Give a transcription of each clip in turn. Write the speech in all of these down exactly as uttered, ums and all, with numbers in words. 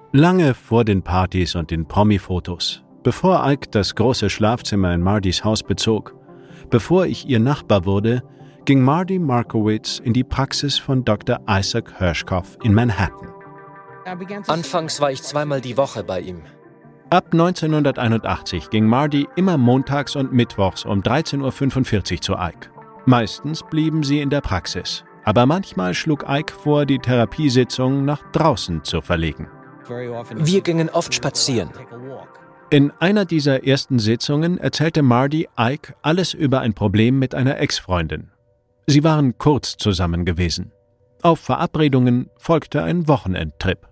Lange vor den Partys und den Promi-Fotos, bevor Ike das große Schlafzimmer in Martys Haus bezog, bevor ich ihr Nachbar wurde, ging Marty Markowitz in die Praxis von Doktor Isaac Hershkopf in Manhattan. Anfangs war ich zweimal die Woche bei ihm. Ab neunzehnhunderteinundachtzig ging Marty immer montags und mittwochs um dreizehn Uhr fünfundvierzig zu Ike. Meistens blieben sie in der Praxis, aber manchmal schlug Ike vor, die Therapiesitzung nach draußen zu verlegen. Wir gingen oft spazieren. In einer dieser ersten Sitzungen erzählte Marty Ike alles über ein Problem mit einer Ex-Freundin. Sie waren kurz zusammen gewesen. Auf Verabredungen folgte ein Wochenendtrip.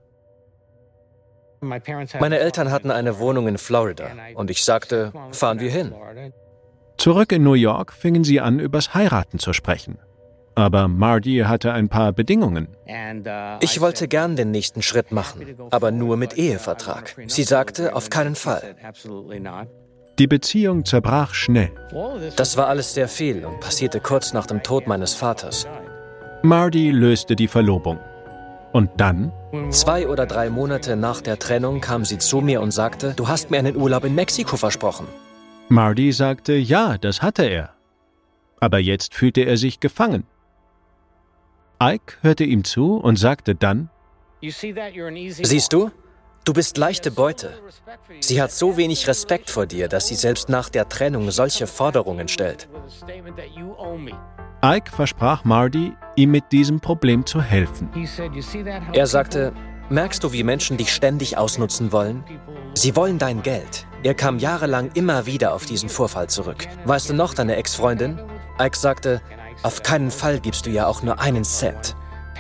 Meine Eltern hatten eine Wohnung in Florida und ich sagte, fahren wir hin. Zurück in New York fingen sie an, übers Heiraten zu sprechen. Aber Marty hatte ein paar Bedingungen. Ich wollte gern den nächsten Schritt machen, aber nur mit Ehevertrag. Sie sagte, auf keinen Fall. Die Beziehung zerbrach schnell. Das war alles sehr viel und passierte kurz nach dem Tod meines Vaters. Marty löste die Verlobung. Und dann? Zwei oder drei Monate nach der Trennung kam sie zu mir und sagte, du hast mir einen Urlaub in Mexiko versprochen. Marty sagte, ja, das hatte er. Aber jetzt fühlte er sich gefangen. Ike hörte ihm zu und sagte dann, siehst du, du bist leichte Beute. Sie hat so wenig Respekt vor dir, dass sie selbst nach der Trennung solche Forderungen stellt. Ike versprach Marty, ihm mit diesem Problem zu helfen. Er sagte, merkst du, wie Menschen dich ständig ausnutzen wollen? Sie wollen dein Geld. Er kam jahrelang immer wieder auf diesen Vorfall zurück. Weißt du noch, deine Ex-Freundin? Ike sagte, auf keinen Fall gibst du ja auch nur einen Cent.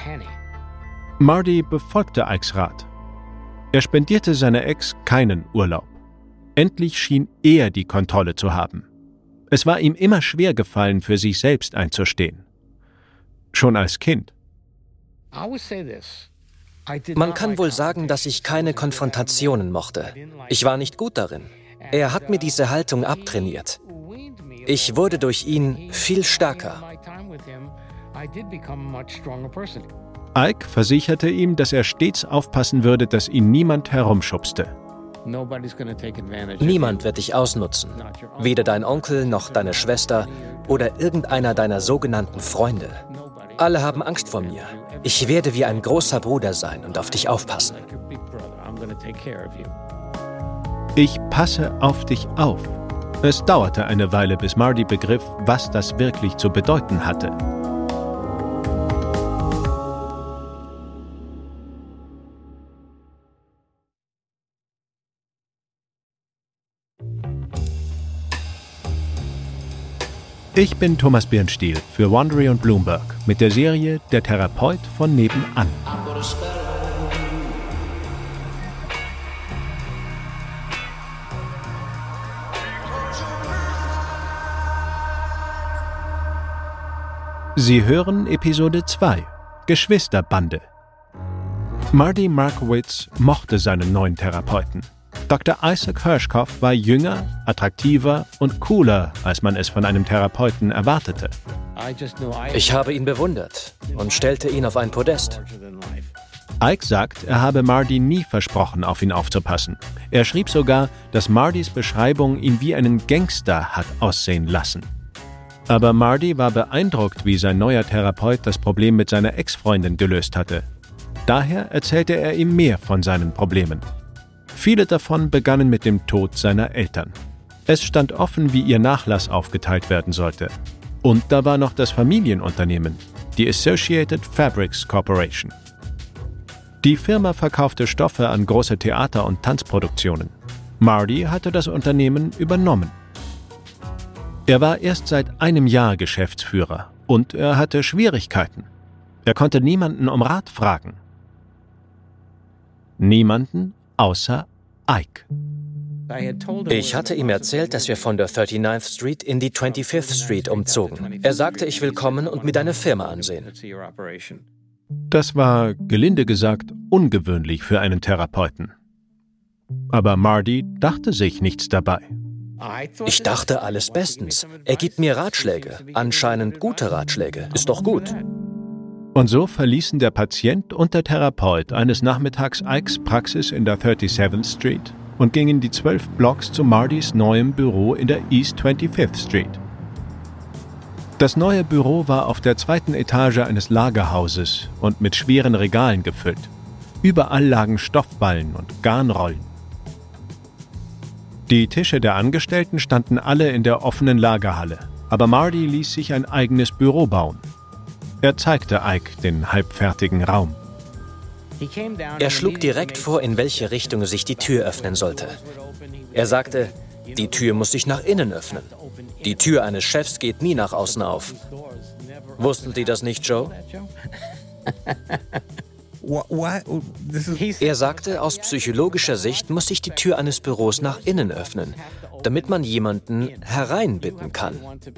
Marty befolgte Ikes Rat. Er spendierte seiner Ex keinen Urlaub. Endlich schien er die Kontrolle zu haben. Es war ihm immer schwer gefallen, für sich selbst einzustehen. Schon als Kind. Man kann wohl sagen, dass ich keine Konfrontationen mochte. Ich war nicht gut darin. Er hat mir diese Haltung abtrainiert. Ich wurde durch ihn viel stärker. Ike versicherte ihm, dass er stets aufpassen würde, dass ihn niemand herumschubste. Niemand wird dich ausnutzen. Weder dein Onkel noch deine Schwester oder irgendeiner deiner sogenannten Freunde. Alle haben Angst vor mir. Ich werde wie ein großer Bruder sein und auf dich aufpassen. Ich passe auf dich auf. Es dauerte eine Weile, bis Marty begriff, was das wirklich zu bedeuten hatte. Ich bin Thomas Birnstiel für Wondery und Bloomberg mit der Serie Der Therapeut von nebenan. Sie hören Episode zwei, Geschwisterbande. Marty Markowitz mochte seinen neuen Therapeuten. Doktor Isaac Hershkopf war jünger, attraktiver und cooler, als man es von einem Therapeuten erwartete. Ich habe ihn bewundert und stellte ihn auf ein Podest. Ike sagt, er habe Marty nie versprochen, auf ihn aufzupassen. Er schrieb sogar, dass Martys Beschreibung ihn wie einen Gangster hat aussehen lassen. Aber Marty war beeindruckt, wie sein neuer Therapeut das Problem mit seiner Ex-Freundin gelöst hatte. Daher erzählte er ihm mehr von seinen Problemen. Viele davon begannen mit dem Tod seiner Eltern. Es stand offen, wie ihr Nachlass aufgeteilt werden sollte. Und da war noch das Familienunternehmen, die Associated Fabrics Corporation. Die Firma verkaufte Stoffe an große Theater- und Tanzproduktionen. Marty hatte das Unternehmen übernommen. Er war erst seit einem Jahr Geschäftsführer und er hatte Schwierigkeiten. Er konnte niemanden um Rat fragen. Niemanden außer Ike. Ich hatte ihm erzählt, dass wir von der thirty-ninth Street in die twenty-fifth Street umzogen. Er sagte, ich will kommen und mir deine Firma ansehen. Das war, gelinde gesagt, ungewöhnlich für einen Therapeuten. Aber Marty dachte sich nichts dabei. Ich dachte alles bestens. Er gibt mir Ratschläge, anscheinend gute Ratschläge. Ist doch gut. Und so verließen der Patient und der Therapeut eines Nachmittags Ikes Praxis in der thirty-seventh Street und gingen die zwölf Blocks zu Mardys neuem Büro in der East twenty-fifth Street. Das neue Büro war auf der zweiten Etage eines Lagerhauses und mit schweren Regalen gefüllt. Überall lagen Stoffballen und Garnrollen. Die Tische der Angestellten standen alle in der offenen Lagerhalle, aber Marty ließ sich ein eigenes Büro bauen. Er zeigte Ike den halbfertigen Raum. Er schlug direkt vor, in welche Richtung sich die Tür öffnen sollte. Er sagte, die Tür muss sich nach innen öffnen. Die Tür eines Chefs geht nie nach außen auf. Wussten Sie das nicht, Joe? Er sagte, aus psychologischer Sicht muss sich die Tür eines Büros nach innen öffnen, damit man jemanden hereinbitten kann.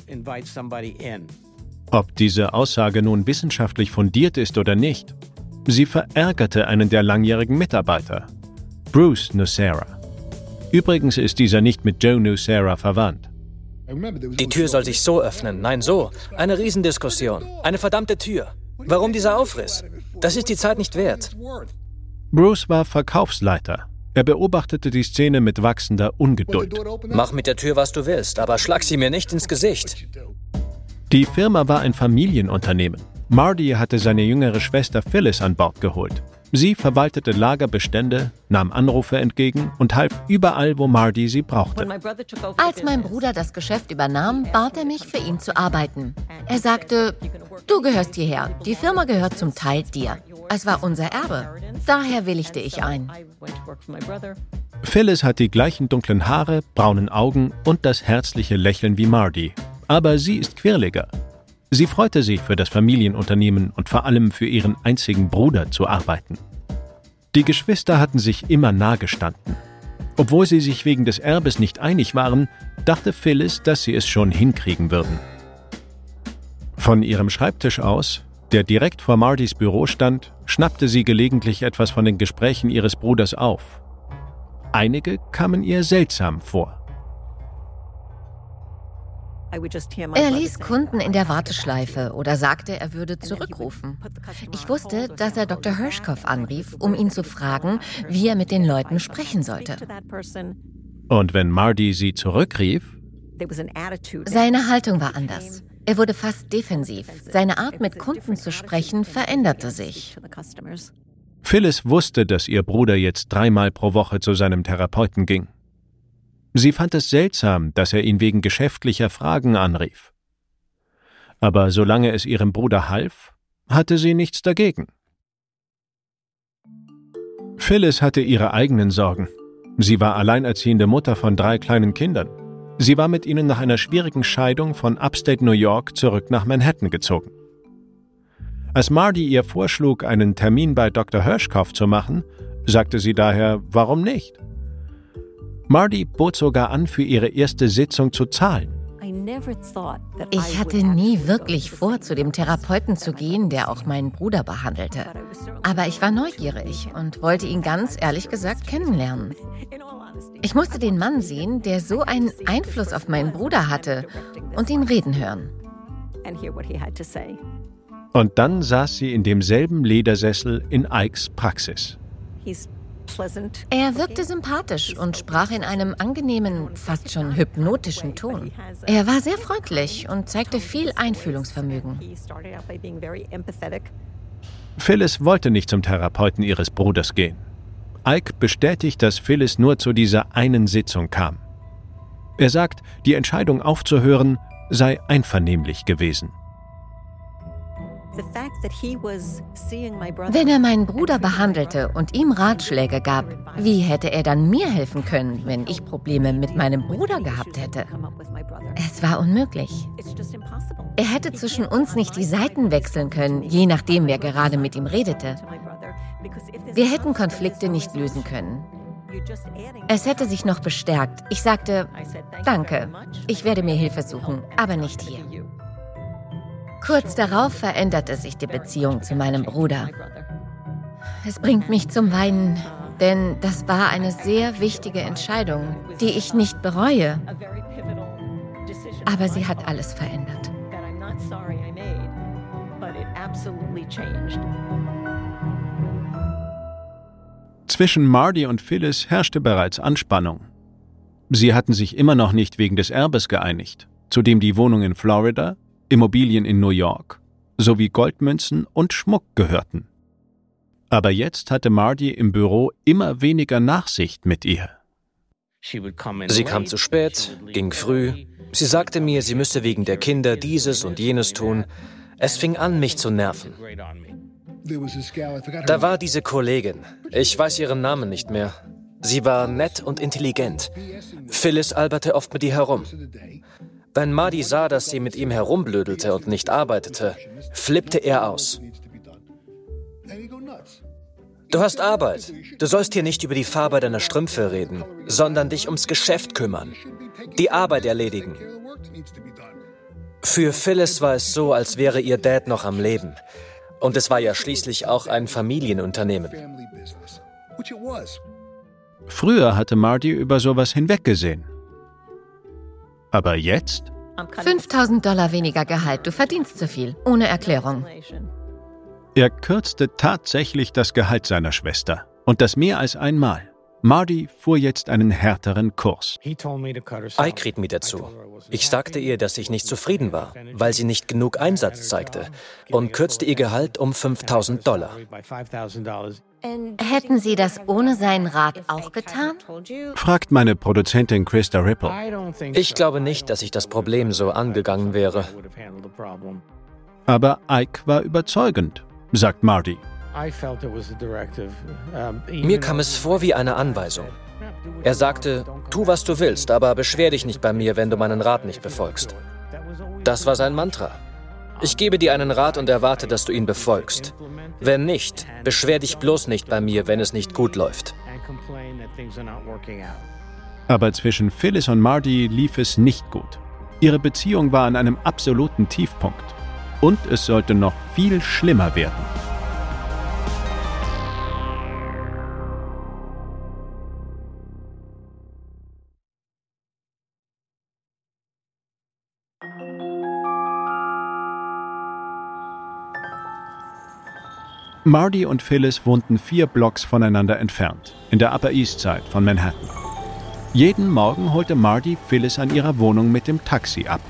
Ob diese Aussage nun wissenschaftlich fundiert ist oder nicht, sie verärgerte einen der langjährigen Mitarbeiter, Bruce Nussera. Übrigens ist dieser nicht mit Joe Nussera verwandt. Die Tür soll sich so öffnen, nein so. Eine Riesendiskussion, eine verdammte Tür. Warum dieser Aufriss? Das ist die Zeit nicht wert. Bruce war Verkaufsleiter. Er beobachtete die Szene mit wachsender Ungeduld. Mach mit der Tür, was du willst, aber schlag sie mir nicht ins Gesicht. Die Firma war ein Familienunternehmen. Marty hatte seine jüngere Schwester Phyllis an Bord geholt. Sie verwaltete Lagerbestände, nahm Anrufe entgegen und half überall, wo Marty sie brauchte. Als mein Bruder das Geschäft übernahm, bat er mich, für ihn zu arbeiten. Er sagte, du gehörst hierher, die Firma gehört zum Teil dir. Es war unser Erbe, daher willigte ich ein. Phyllis hat die gleichen dunklen Haare, braunen Augen und das herzliche Lächeln wie Marty. Aber sie ist quirliger. Sie freute sich, für das Familienunternehmen und vor allem für ihren einzigen Bruder zu arbeiten. Die Geschwister hatten sich immer nah gestanden. Obwohl sie sich wegen des Erbes nicht einig waren, dachte Phyllis, dass sie es schon hinkriegen würden. Von ihrem Schreibtisch aus, der direkt vor Martys Büro stand, schnappte sie gelegentlich etwas von den Gesprächen ihres Bruders auf. Einige kamen ihr seltsam vor. Er ließ Kunden in der Warteschleife oder sagte, er würde zurückrufen. Ich wusste, dass er Doktor Hirschkopf anrief, um ihn zu fragen, wie er mit den Leuten sprechen sollte. Und wenn Marty sie zurückrief? Seine Haltung war anders. Er wurde fast defensiv. Seine Art, mit Kunden zu sprechen, veränderte sich. Phyllis wusste, dass ihr Bruder jetzt dreimal pro Woche zu seinem Therapeuten ging. Sie fand es seltsam, dass er ihn wegen geschäftlicher Fragen anrief. Aber solange es ihrem Bruder half, hatte sie nichts dagegen. Phyllis hatte ihre eigenen Sorgen. Sie war alleinerziehende Mutter von drei kleinen Kindern. Sie war mit ihnen nach einer schwierigen Scheidung von Upstate New York zurück nach Manhattan gezogen. Als Marty ihr vorschlug, einen Termin bei Doktor Hirschkopf zu machen, sagte sie daher, warum nicht? Marty bot sogar an, für ihre erste Sitzung zu zahlen. Ich hatte nie wirklich vor, zu dem Therapeuten zu gehen, der auch meinen Bruder behandelte. Aber ich war neugierig und wollte ihn ganz ehrlich gesagt kennenlernen. Ich musste den Mann sehen, der so einen Einfluss auf meinen Bruder hatte, und ihn reden hören. Und dann saß sie in demselben Ledersessel in Ikes Praxis. Er wirkte sympathisch und sprach in einem angenehmen, fast schon hypnotischen Ton. Er war sehr freundlich und zeigte viel Einfühlungsvermögen. Phyllis wollte nicht zum Therapeuten ihres Bruders gehen. Ike bestätigt, dass Phyllis nur zu dieser einen Sitzung kam. Er sagt, die Entscheidung aufzuhören sei einvernehmlich gewesen. Wenn er meinen Bruder behandelte und ihm Ratschläge gab, wie hätte er dann mir helfen können, wenn ich Probleme mit meinem Bruder gehabt hätte? Es war unmöglich. Er hätte zwischen uns nicht die Seiten wechseln können, je nachdem, wer gerade mit ihm redete. Wir hätten Konflikte nicht lösen können. Es hätte sich noch bestärkt. Ich sagte, danke, ich werde mir Hilfe suchen, aber nicht hier. Kurz darauf veränderte sich die Beziehung zu meinem Bruder. Es bringt mich zum Weinen, denn das war eine sehr wichtige Entscheidung, die ich nicht bereue. Aber sie hat alles verändert. Zwischen Marty und Phyllis herrschte bereits Anspannung. Sie hatten sich immer noch nicht wegen des Erbes geeinigt, zu dem die Wohnung in Florida, Immobilien in New York sowie Goldmünzen und Schmuck gehörten. Aber jetzt hatte Marty im Büro immer weniger Nachsicht mit ihr. Sie kam zu spät, ging früh. Sie sagte mir, sie müsse wegen der Kinder dieses und jenes tun. Es fing an, mich zu nerven. Da war diese Kollegin. Ich weiß ihren Namen nicht mehr. Sie war nett und intelligent. Phyllis alberte oft mit ihr herum. Wenn Marty sah, dass sie mit ihm herumblödelte und nicht arbeitete, flippte er aus. Du hast Arbeit. Du sollst hier nicht über die Farbe deiner Strümpfe reden, sondern dich ums Geschäft kümmern. Die Arbeit erledigen. Für Phyllis war es so, als wäre ihr Dad noch am Leben. Und es war ja schließlich auch ein Familienunternehmen. Früher hatte Marty über sowas hinweggesehen. Aber jetzt? fünftausend Dollar weniger Gehalt, du verdienst zu viel, ohne Erklärung. Er kürzte tatsächlich das Gehalt seiner Schwester. Und das mehr als einmal. Marty fuhr jetzt einen härteren Kurs. Ike riet mir dazu. Ich sagte ihr, dass ich nicht zufrieden war, weil sie nicht genug Einsatz zeigte, und kürzte ihr Gehalt um fünftausend Dollar. Hätten Sie das ohne seinen Rat auch getan? Fragt meine Produzentin Krista Ripple. Ich glaube nicht, dass ich das Problem so angegangen wäre. Aber Ike war überzeugend, sagt Marty. Mir kam es vor wie eine Anweisung. Er sagte, tu, was du willst, aber beschwer dich nicht bei mir, wenn du meinen Rat nicht befolgst. Das war sein Mantra. Ich gebe dir einen Rat und erwarte, dass du ihn befolgst. Wenn nicht, beschwer dich bloß nicht bei mir, wenn es nicht gut läuft. Aber zwischen Phyllis und Marty lief es nicht gut. Ihre Beziehung war an einem absoluten Tiefpunkt. Und es sollte noch viel schlimmer werden. Marty und Phyllis wohnten vier Blocks voneinander entfernt, in der Upper East Side von Manhattan. Jeden Morgen holte Marty Phyllis an ihrer Wohnung mit dem Taxi ab.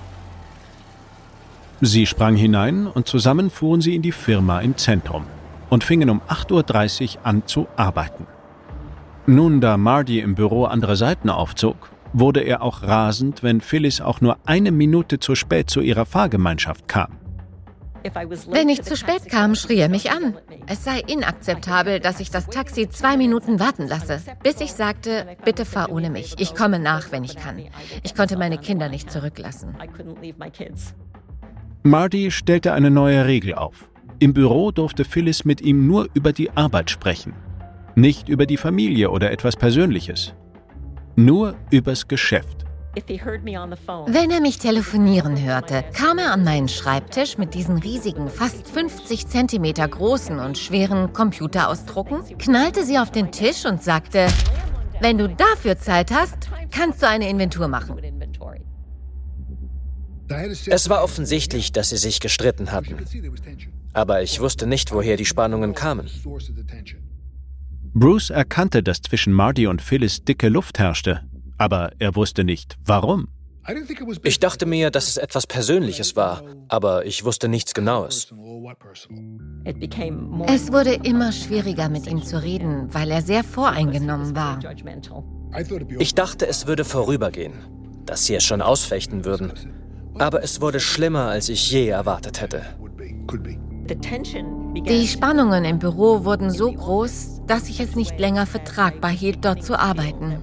Sie sprang hinein und zusammen fuhren sie in die Firma im Zentrum und fingen um acht Uhr dreißig an zu arbeiten. Nun, da Marty im Büro andere Seiten aufzog, wurde er auch rasend, wenn Phyllis auch nur eine Minute zu spät zu ihrer Fahrgemeinschaft kam. Wenn ich zu spät kam, schrie er mich an. Es sei inakzeptabel, dass ich das Taxi zwei Minuten warten lasse, bis ich sagte, bitte fahr ohne mich. Ich komme nach, wenn ich kann. Ich konnte meine Kinder nicht zurücklassen. Marty stellte eine neue Regel auf. Im Büro durfte Phyllis mit ihm nur über die Arbeit sprechen. Nicht über die Familie oder etwas Persönliches. Nur übers Geschäft. Wenn er mich telefonieren hörte, kam er an meinen Schreibtisch mit diesen riesigen, fast fünfzig Zentimeter großen und schweren Computerausdrucken, knallte sie auf den Tisch und sagte, wenn du dafür Zeit hast, kannst du eine Inventur machen. Es war offensichtlich, dass sie sich gestritten hatten. Aber ich wusste nicht, woher die Spannungen kamen. Bruce erkannte, dass zwischen Marty und Phyllis dicke Luft herrschte. Aber er wusste nicht, warum. Ich dachte mir, dass es etwas Persönliches war, aber ich wusste nichts Genaues. Es wurde immer schwieriger, mit ihm zu reden, weil er sehr voreingenommen war. Ich dachte, es würde vorübergehen, dass sie es schon ausfechten würden. Aber es wurde schlimmer, als ich je erwartet hätte. Die Spannungen im Büro wurden so groß, dass ich es nicht länger für tragbar hielt, dort zu arbeiten.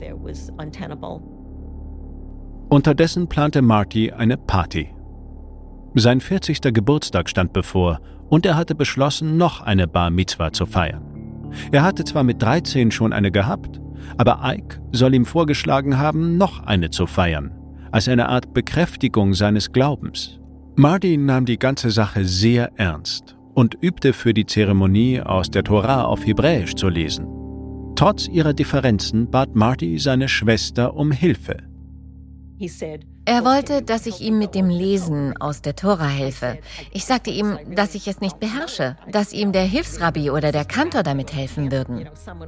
Unterdessen plante Marty eine Party. Sein vierzigster Geburtstag stand bevor und er hatte beschlossen, noch eine Bar Mitzwa zu feiern. Er hatte zwar mit dreizehn schon eine gehabt, aber Ike soll ihm vorgeschlagen haben, noch eine zu feiern, als eine Art Bekräftigung seines Glaubens. Marty nahm die ganze Sache sehr ernst und übte für die Zeremonie aus der Tora auf Hebräisch zu lesen. Trotz ihrer Differenzen bat Marty seine Schwester um Hilfe. Er wollte, dass ich ihm mit dem Lesen aus der Tora helfe. Ich sagte ihm, dass ich es nicht beherrsche, dass ihm der Hilfsrabbi oder der Kantor damit helfen würden.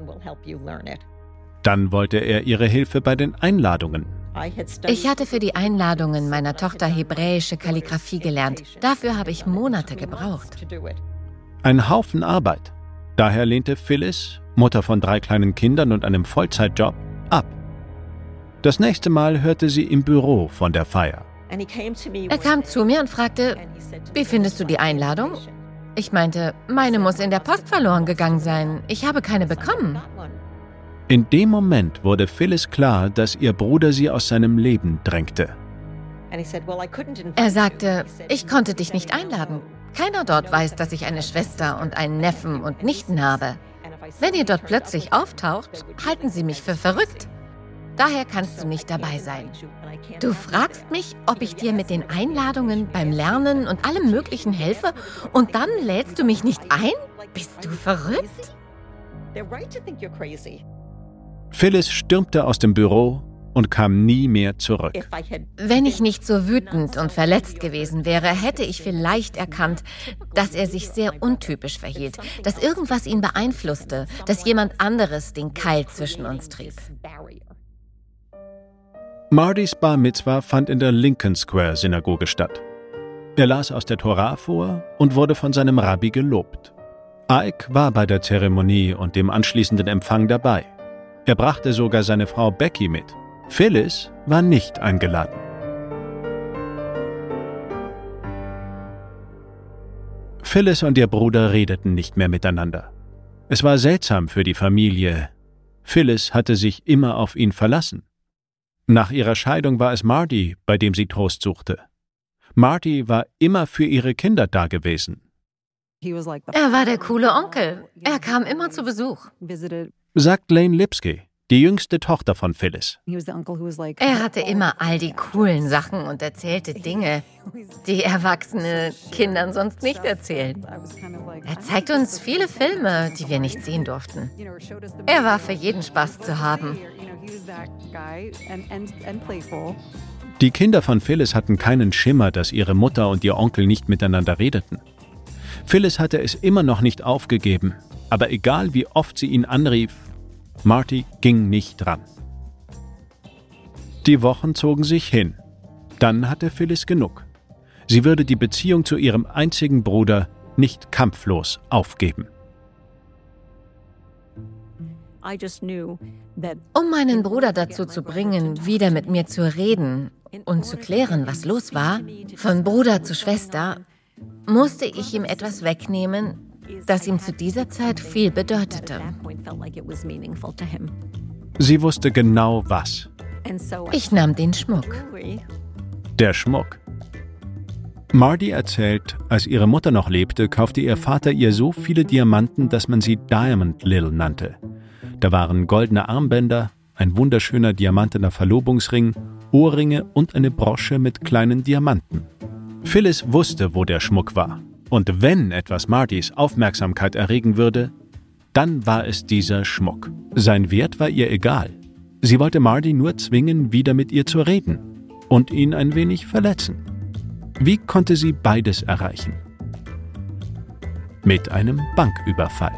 Dann wollte er ihre Hilfe bei den Einladungen. Ich hatte für die Einladungen meiner Tochter hebräische Kalligraphie gelernt. Dafür habe ich Monate gebraucht. Ein Haufen Arbeit. Daher lehnte Phyllis, Mutter von drei kleinen Kindern und einem Vollzeitjob, ab. Das nächste Mal hörte sie im Büro von der Feier. Er kam zu mir und fragte, wie findest du die Einladung? Ich meinte, meine muss in der Post verloren gegangen sein. Ich habe keine bekommen. In dem Moment wurde Phyllis klar, dass ihr Bruder sie aus seinem Leben drängte. Er sagte, ich konnte dich nicht einladen. Keiner dort weiß, dass ich eine Schwester und einen Neffen und Nichten habe. Wenn ihr dort plötzlich auftaucht, halten sie mich für verrückt. Daher kannst du nicht dabei sein. Du fragst mich, ob ich dir mit den Einladungen beim Lernen und allem Möglichen helfe und dann lädst du mich nicht ein? Bist du verrückt? Phyllis stürmte aus dem Büro und kam nie mehr zurück. Wenn ich nicht so wütend und verletzt gewesen wäre, hätte ich vielleicht erkannt, dass er sich sehr untypisch verhielt, dass irgendwas ihn beeinflusste, dass jemand anderes den Keil zwischen uns trieb. Mardys Bar Mitzwa fand in der Lincoln Square Synagoge statt. Er las aus der Tora vor und wurde von seinem Rabbi gelobt. Ike war bei der Zeremonie und dem anschließenden Empfang dabei. Er brachte sogar seine Frau Becky mit. Phyllis war nicht eingeladen. Phyllis und ihr Bruder redeten nicht mehr miteinander. Es war seltsam für die Familie. Phyllis hatte sich immer auf ihn verlassen. Nach ihrer Scheidung war es Marty, bei dem sie Trost suchte. Marty war immer für ihre Kinder da gewesen. Er war der coole Onkel. Er kam immer zu Besuch. Sagt Lane Lipsky, die jüngste Tochter von Phyllis. Er hatte immer all die coolen Sachen und erzählte Dinge, die erwachsene Kindern sonst nicht erzählen. Er zeigte uns viele Filme, die wir nicht sehen durften. Er war für jeden Spaß zu haben. Die Kinder von Phyllis hatten keinen Schimmer, dass ihre Mutter und ihr Onkel nicht miteinander redeten. Phyllis hatte es immer noch nicht aufgegeben, aber egal wie oft sie ihn anrief, Marty ging nicht dran. Die Wochen zogen sich hin. Dann hatte Phyllis genug. Sie würde die Beziehung zu ihrem einzigen Bruder nicht kampflos aufgeben. Um meinen Bruder dazu zu bringen, wieder mit mir zu reden und zu klären, was los war, von Bruder zu Schwester, musste ich ihm etwas wegnehmen, das ihm zu dieser Zeit viel bedeutete. Sie wusste genau was. Ich nahm den Schmuck. Der Schmuck. Marty erzählt, als ihre Mutter noch lebte, kaufte ihr Vater ihr so viele Diamanten, dass man sie Diamond Lil nannte. Da waren goldene Armbänder, ein wunderschöner diamantener Verlobungsring, Ohrringe und eine Brosche mit kleinen Diamanten. Phyllis wusste, wo der Schmuck war. Und wenn etwas Martys Aufmerksamkeit erregen würde, dann war es dieser Schmuck. Sein Wert war ihr egal. Sie wollte Marty nur zwingen, wieder mit ihr zu reden und ihn ein wenig verletzen. Wie konnte sie beides erreichen? Mit einem Banküberfall.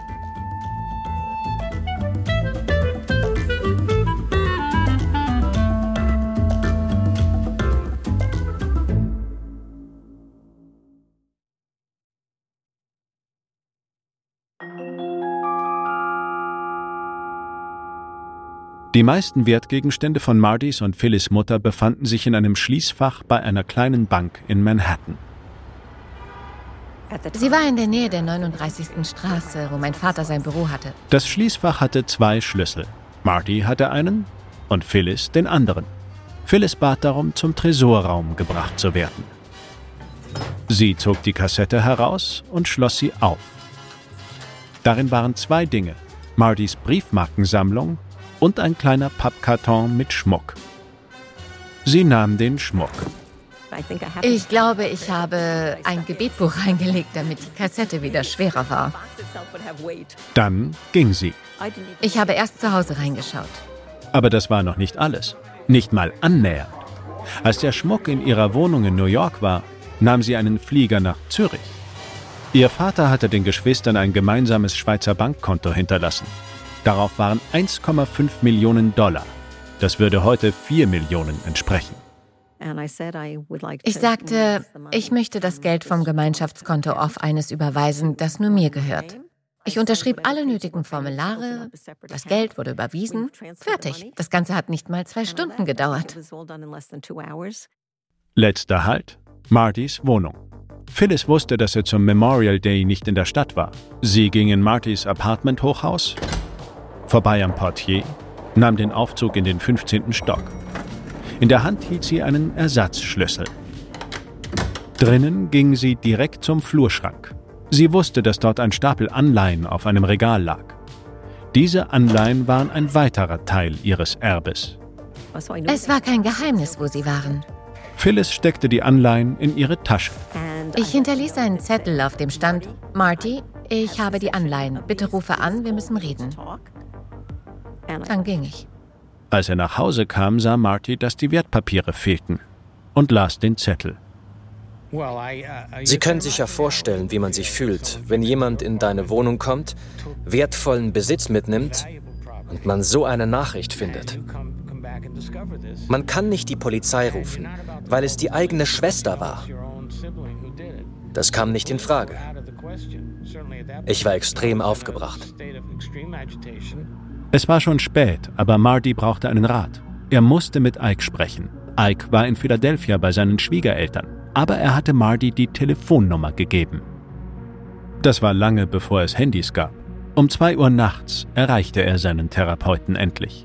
Die meisten Wertgegenstände von Mardys und Phyllis' Mutter befanden sich in einem Schließfach bei einer kleinen Bank in Manhattan. Sie war in der Nähe der neununddreißigsten Straße, wo mein Vater sein Büro hatte. Das Schließfach hatte zwei Schlüssel. Marty hatte einen und Phyllis den anderen. Phyllis bat darum, zum Tresorraum gebracht zu werden. Sie zog die Kassette heraus und schloss sie auf. Darin waren zwei Dinge: Mardys Briefmarkensammlung und ein kleiner Pappkarton mit Schmuck. Sie nahm den Schmuck. Ich glaube, ich habe ein Gebetbuch reingelegt, damit die Kassette wieder schwerer war. Dann ging sie. Ich habe erst zu Hause reingeschaut. Aber das war noch nicht alles. Nicht mal annähernd. Als der Schmuck in ihrer Wohnung in New York war, nahm sie einen Flieger nach Zürich. Ihr Vater hatte den Geschwistern ein gemeinsames Schweizer Bankkonto hinterlassen. Darauf waren eins Komma fünf Millionen Dollar. Das würde heute vier Millionen entsprechen. Ich sagte, ich möchte das Geld vom Gemeinschaftskonto auf eines überweisen, das nur mir gehört. Ich unterschrieb alle nötigen Formulare, das Geld wurde überwiesen, fertig. Das Ganze hat nicht mal zwei Stunden gedauert. Letzter Halt, Martys Wohnung. Phyllis wusste, dass er zum Memorial Day nicht in der Stadt war. Sie ging in Martys Apartment-Hochhaus, vorbei am Portier, nahm den Aufzug in den fünfzehnten Stock. In der Hand hielt sie einen Ersatzschlüssel. Drinnen ging sie direkt zum Flurschrank. Sie wusste, dass dort ein Stapel Anleihen auf einem Regal lag. Diese Anleihen waren ein weiterer Teil ihres Erbes. Es war kein Geheimnis, wo sie waren. Phyllis steckte die Anleihen in ihre Tasche. Ich hinterließ einen Zettel, auf dem stand: Marty, ich habe die Anleihen. Bitte rufe an, wir müssen reden. Dann ging ich. Als er nach Hause kam, sah Marty, dass die Wertpapiere fehlten und las den Zettel. Sie können sich ja vorstellen, wie man sich fühlt, wenn jemand in deine Wohnung kommt, wertvollen Besitz mitnimmt und man so eine Nachricht findet. Man kann nicht die Polizei rufen, weil es die eigene Schwester war. Das kam nicht in Frage. Ich war extrem aufgebracht. Es war schon spät, aber Marty brauchte einen Rat. Er musste mit Ike sprechen. Ike war in Philadelphia bei seinen Schwiegereltern, aber er hatte Marty die Telefonnummer gegeben. Das war lange, bevor es Handys gab. Um zwei Uhr nachts erreichte er seinen Therapeuten endlich.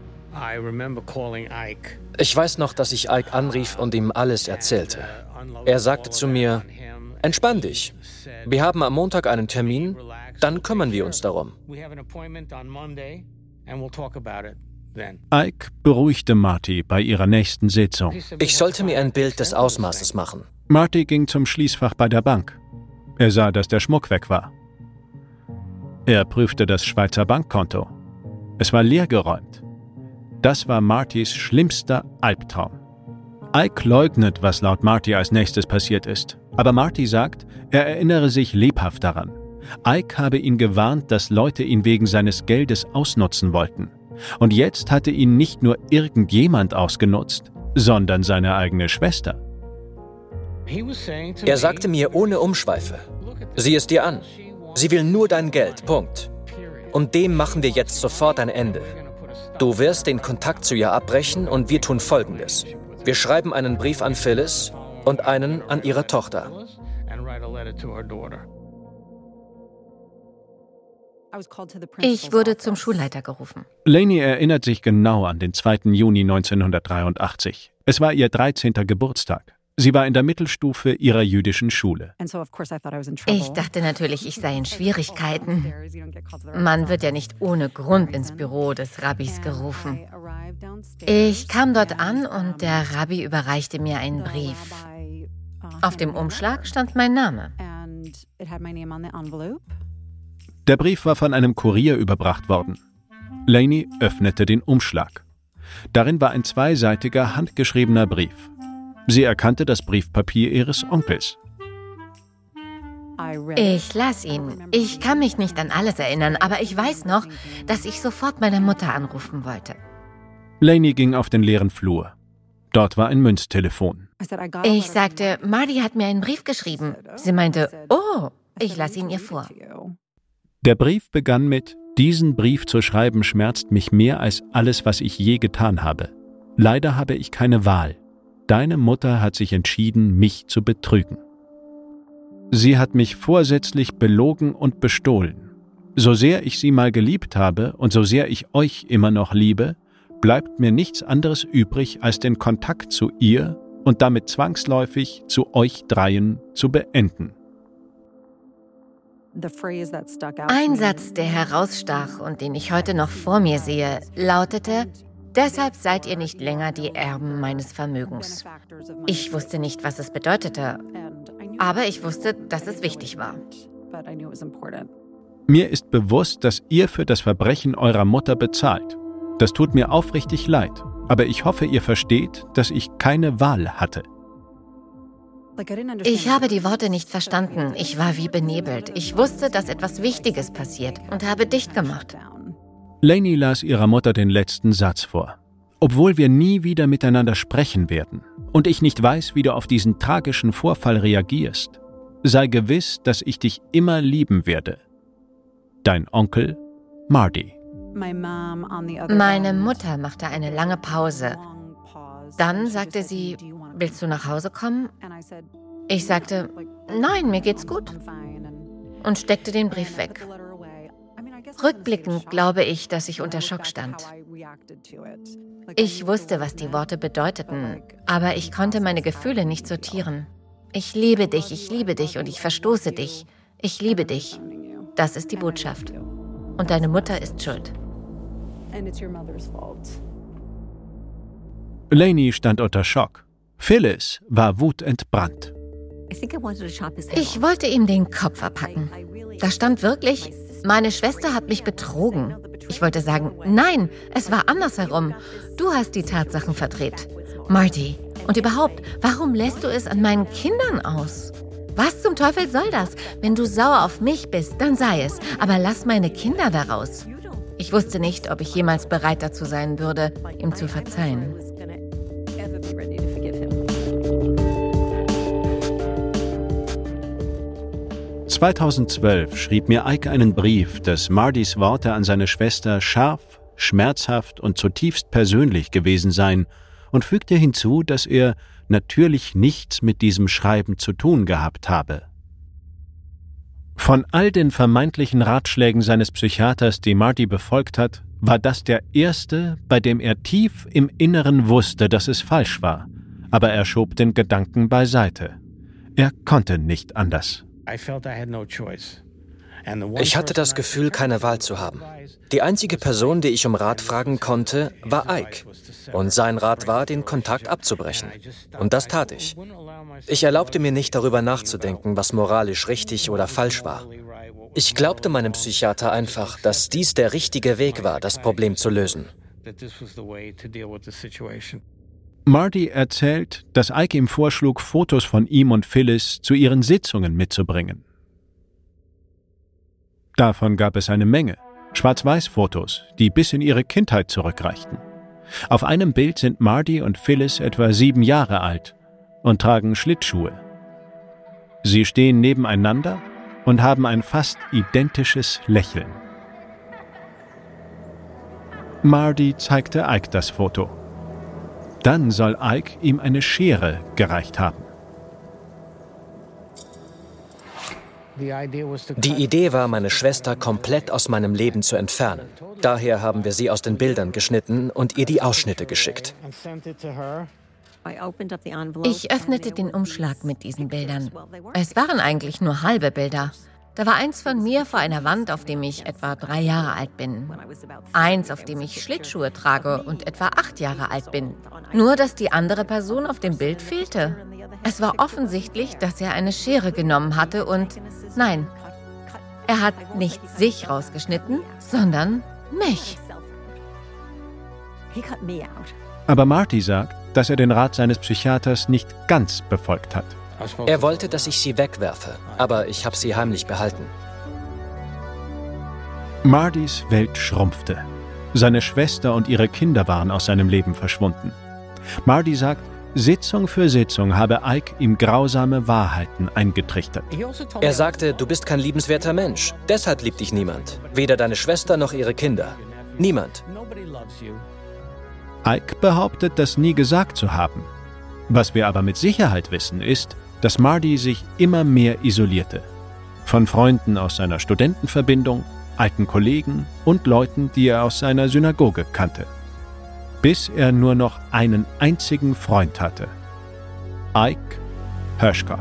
Ich weiß noch, dass ich Ike anrief und ihm alles erzählte. Er sagte zu mir: Entspann dich. Wir haben am Montag einen Termin, dann kümmern wir uns darum. Ike beruhigte Marty bei ihrer nächsten Sitzung. Ich sollte mir ein Bild des Ausmaßes machen. Marty ging zum Schließfach bei der Bank. Er sah, dass der Schmuck weg war. Er prüfte das Schweizer Bankkonto. Es war leergeräumt. Das war Martys schlimmster Albtraum. Ike leugnet, was laut Marty als nächstes passiert ist. Aber Marty sagt, er erinnere sich lebhaft daran. Ike habe ihn gewarnt, dass Leute ihn wegen seines Geldes ausnutzen wollten. Und jetzt hatte ihn nicht nur irgendjemand ausgenutzt, sondern seine eigene Schwester. Er sagte mir ohne Umschweife: Sieh es dir an. Sie will nur dein Geld, Punkt. Und dem machen wir jetzt sofort ein Ende. Du wirst den Kontakt zu ihr abbrechen und wir tun Folgendes. Wir schreiben einen Brief an Phyllis und einen an ihre Tochter. Ich wurde zum Schulleiter gerufen. Lainey erinnert sich genau an den zweiten Juni neunzehnhundertdreiundachtzig. Es war ihr dreizehnter Geburtstag. Sie war in der Mittelstufe ihrer jüdischen Schule. Ich dachte natürlich, ich sei in Schwierigkeiten. Man wird ja nicht ohne Grund ins Büro des Rabbis gerufen. Ich kam dort an und der Rabbi überreichte mir einen Brief. Auf dem Umschlag stand mein Name. Der Brief war von einem Kurier überbracht worden. Lainey öffnete den Umschlag. Darin war ein zweiseitiger, handgeschriebener Brief. Sie erkannte das Briefpapier ihres Onkels. Ich las ihn. Ich kann mich nicht an alles erinnern, aber ich weiß noch, dass ich sofort meine Mutter anrufen wollte. Lainey ging auf den leeren Flur. Dort war ein Münztelefon. Ich sagte, Marty hat mir einen Brief geschrieben. Sie meinte, oh, ich las ihn ihr vor. Der Brief begann mit: Diesen Brief zu schreiben schmerzt mich mehr als alles, was ich je getan habe. Leider habe ich keine Wahl. Deine Mutter hat sich entschieden, mich zu betrügen. Sie hat mich vorsätzlich belogen und bestohlen. So sehr ich sie mal geliebt habe und so sehr ich euch immer noch liebe, bleibt mir nichts anderes übrig, als den Kontakt zu ihr und damit zwangsläufig zu euch dreien zu beenden. Ein Satz, der herausstach und den ich heute noch vor mir sehe, lautete: Deshalb seid ihr nicht länger die Erben meines Vermögens. Ich wusste nicht, was es bedeutete, aber ich wusste, dass es wichtig war. Mir ist bewusst, dass ihr für das Verbrechen eurer Mutter bezahlt. Das tut mir aufrichtig leid, aber ich hoffe, ihr versteht, dass ich keine Wahl hatte. Ich habe die Worte nicht verstanden. Ich war wie benebelt. Ich wusste, dass etwas Wichtiges passiert und habe dicht gemacht. Lainey las ihrer Mutter den letzten Satz vor. Obwohl wir nie wieder miteinander sprechen werden und ich nicht weiß, wie du auf diesen tragischen Vorfall reagierst, sei gewiss, dass ich dich immer lieben werde. Dein Onkel, Marty. Meine Mutter machte eine lange Pause. Dann sagte sie, willst du nach Hause kommen? Ich sagte, nein, mir geht's gut. Und steckte den Brief weg. Rückblickend glaube ich, dass ich unter Schock stand. Ich wusste, was die Worte bedeuteten, aber ich konnte meine Gefühle nicht sortieren. Ich liebe dich, ich liebe dich und ich verstoße dich. Ich liebe dich. Das ist die Botschaft. Und deine Mutter ist schuld. Lainey stand unter Schock. Phyllis war wutentbrannt. Ich wollte ihm den Kopf abhacken. Da stand wirklich, meine Schwester hat mich betrogen. Ich wollte sagen, nein, es war andersherum. Du hast die Tatsachen verdreht. Marty, und überhaupt, warum lässt du es an meinen Kindern aus? Was zum Teufel soll das? Wenn du sauer auf mich bist, dann sei es. Aber lass meine Kinder daraus. Ich wusste nicht, ob ich jemals bereit dazu sein würde, ihm zu verzeihen. zweitausendzwölf schrieb mir Ike einen Brief, dass Martys Worte an seine Schwester scharf, schmerzhaft und zutiefst persönlich gewesen seien und fügte hinzu, dass er natürlich nichts mit diesem Schreiben zu tun gehabt habe. Von all den vermeintlichen Ratschlägen seines Psychiaters, die Marty befolgt hat, war das der erste, bei dem er tief im Inneren wusste, dass es falsch war, aber er schob den Gedanken beiseite. Er konnte nicht anders. Ich hatte das Gefühl, keine Wahl zu haben. Die einzige Person, die ich um Rat fragen konnte, war Ike. Und sein Rat war, den Kontakt abzubrechen. Und das tat ich. Ich erlaubte mir nicht, darüber nachzudenken, was moralisch richtig oder falsch war. Ich glaubte meinem Psychiater einfach, dass dies der richtige Weg war, das Problem zu lösen. Marty erzählt, dass Ike ihm vorschlug, Fotos von ihm und Phyllis zu ihren Sitzungen mitzubringen. Davon gab es eine Menge. Schwarz-Weiß-Fotos, die bis in ihre Kindheit zurückreichten. Auf einem Bild sind Marty und Phyllis etwa sieben Jahre alt und tragen Schlittschuhe. Sie stehen nebeneinander und haben ein fast identisches Lächeln. Marty zeigte Ike das Foto. Dann soll Ike ihm eine Schere gereicht haben. Die Idee war, meine Schwester komplett aus meinem Leben zu entfernen. Daher haben wir sie aus den Bildern geschnitten und ihr die Ausschnitte geschickt. Ich öffnete den Umschlag mit diesen Bildern. Es waren eigentlich nur halbe Bilder. Da war eins von mir vor einer Wand, auf dem ich etwa drei Jahre alt bin. Eins, auf dem ich Schlittschuhe trage und etwa acht Jahre alt bin. Nur, dass die andere Person auf dem Bild fehlte. Es war offensichtlich, dass er eine Schere genommen hatte und, nein, er hat nicht sich rausgeschnitten, sondern mich. Aber Marty sagt, dass er den Rat seines Psychiaters nicht ganz befolgt hat. Er wollte, dass ich sie wegwerfe, aber ich habe sie heimlich behalten. Martys Welt schrumpfte. Seine Schwester und ihre Kinder waren aus seinem Leben verschwunden. Marty sagt, Sitzung für Sitzung habe Ike ihm grausame Wahrheiten eingetrichtert. Er sagte, du bist kein liebenswerter Mensch, deshalb liebt dich niemand. Weder deine Schwester noch ihre Kinder. Niemand. Ike behauptet, das nie gesagt zu haben. Was wir aber mit Sicherheit wissen, ist, dass Marty sich immer mehr isolierte. Von Freunden aus seiner Studentenverbindung, alten Kollegen und Leuten, die er aus seiner Synagoge kannte. Bis er nur noch einen einzigen Freund hatte. Ike Hershkov.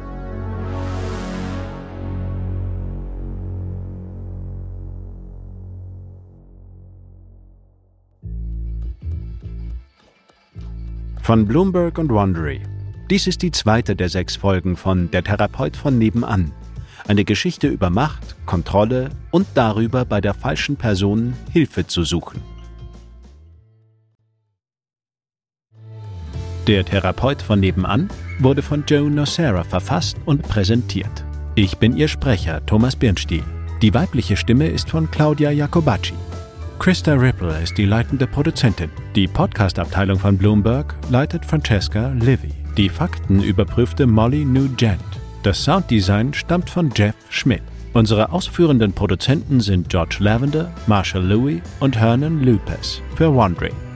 Von Bloomberg und Wondery. Dies ist die zweite der sechs Folgen von Der Therapeut von nebenan. Eine Geschichte über Macht, Kontrolle und darüber, bei der falschen Person Hilfe zu suchen. Der Therapeut von nebenan wurde von Joe Nocera verfasst und präsentiert. Ich bin Ihr Sprecher, Thomas Birnstiel. Die weibliche Stimme ist von Claudia Jacobacci. Krista Ripple ist die leitende Produzentin. Die Podcast-Abteilung von Bloomberg leitet Francesca Livy. Die Fakten überprüfte Molly Nugent. Das Sounddesign stammt von Jeff Schmidt. Unsere ausführenden Produzenten sind George Lavender, Marshall Louis und Hernan Lupes für Wandering.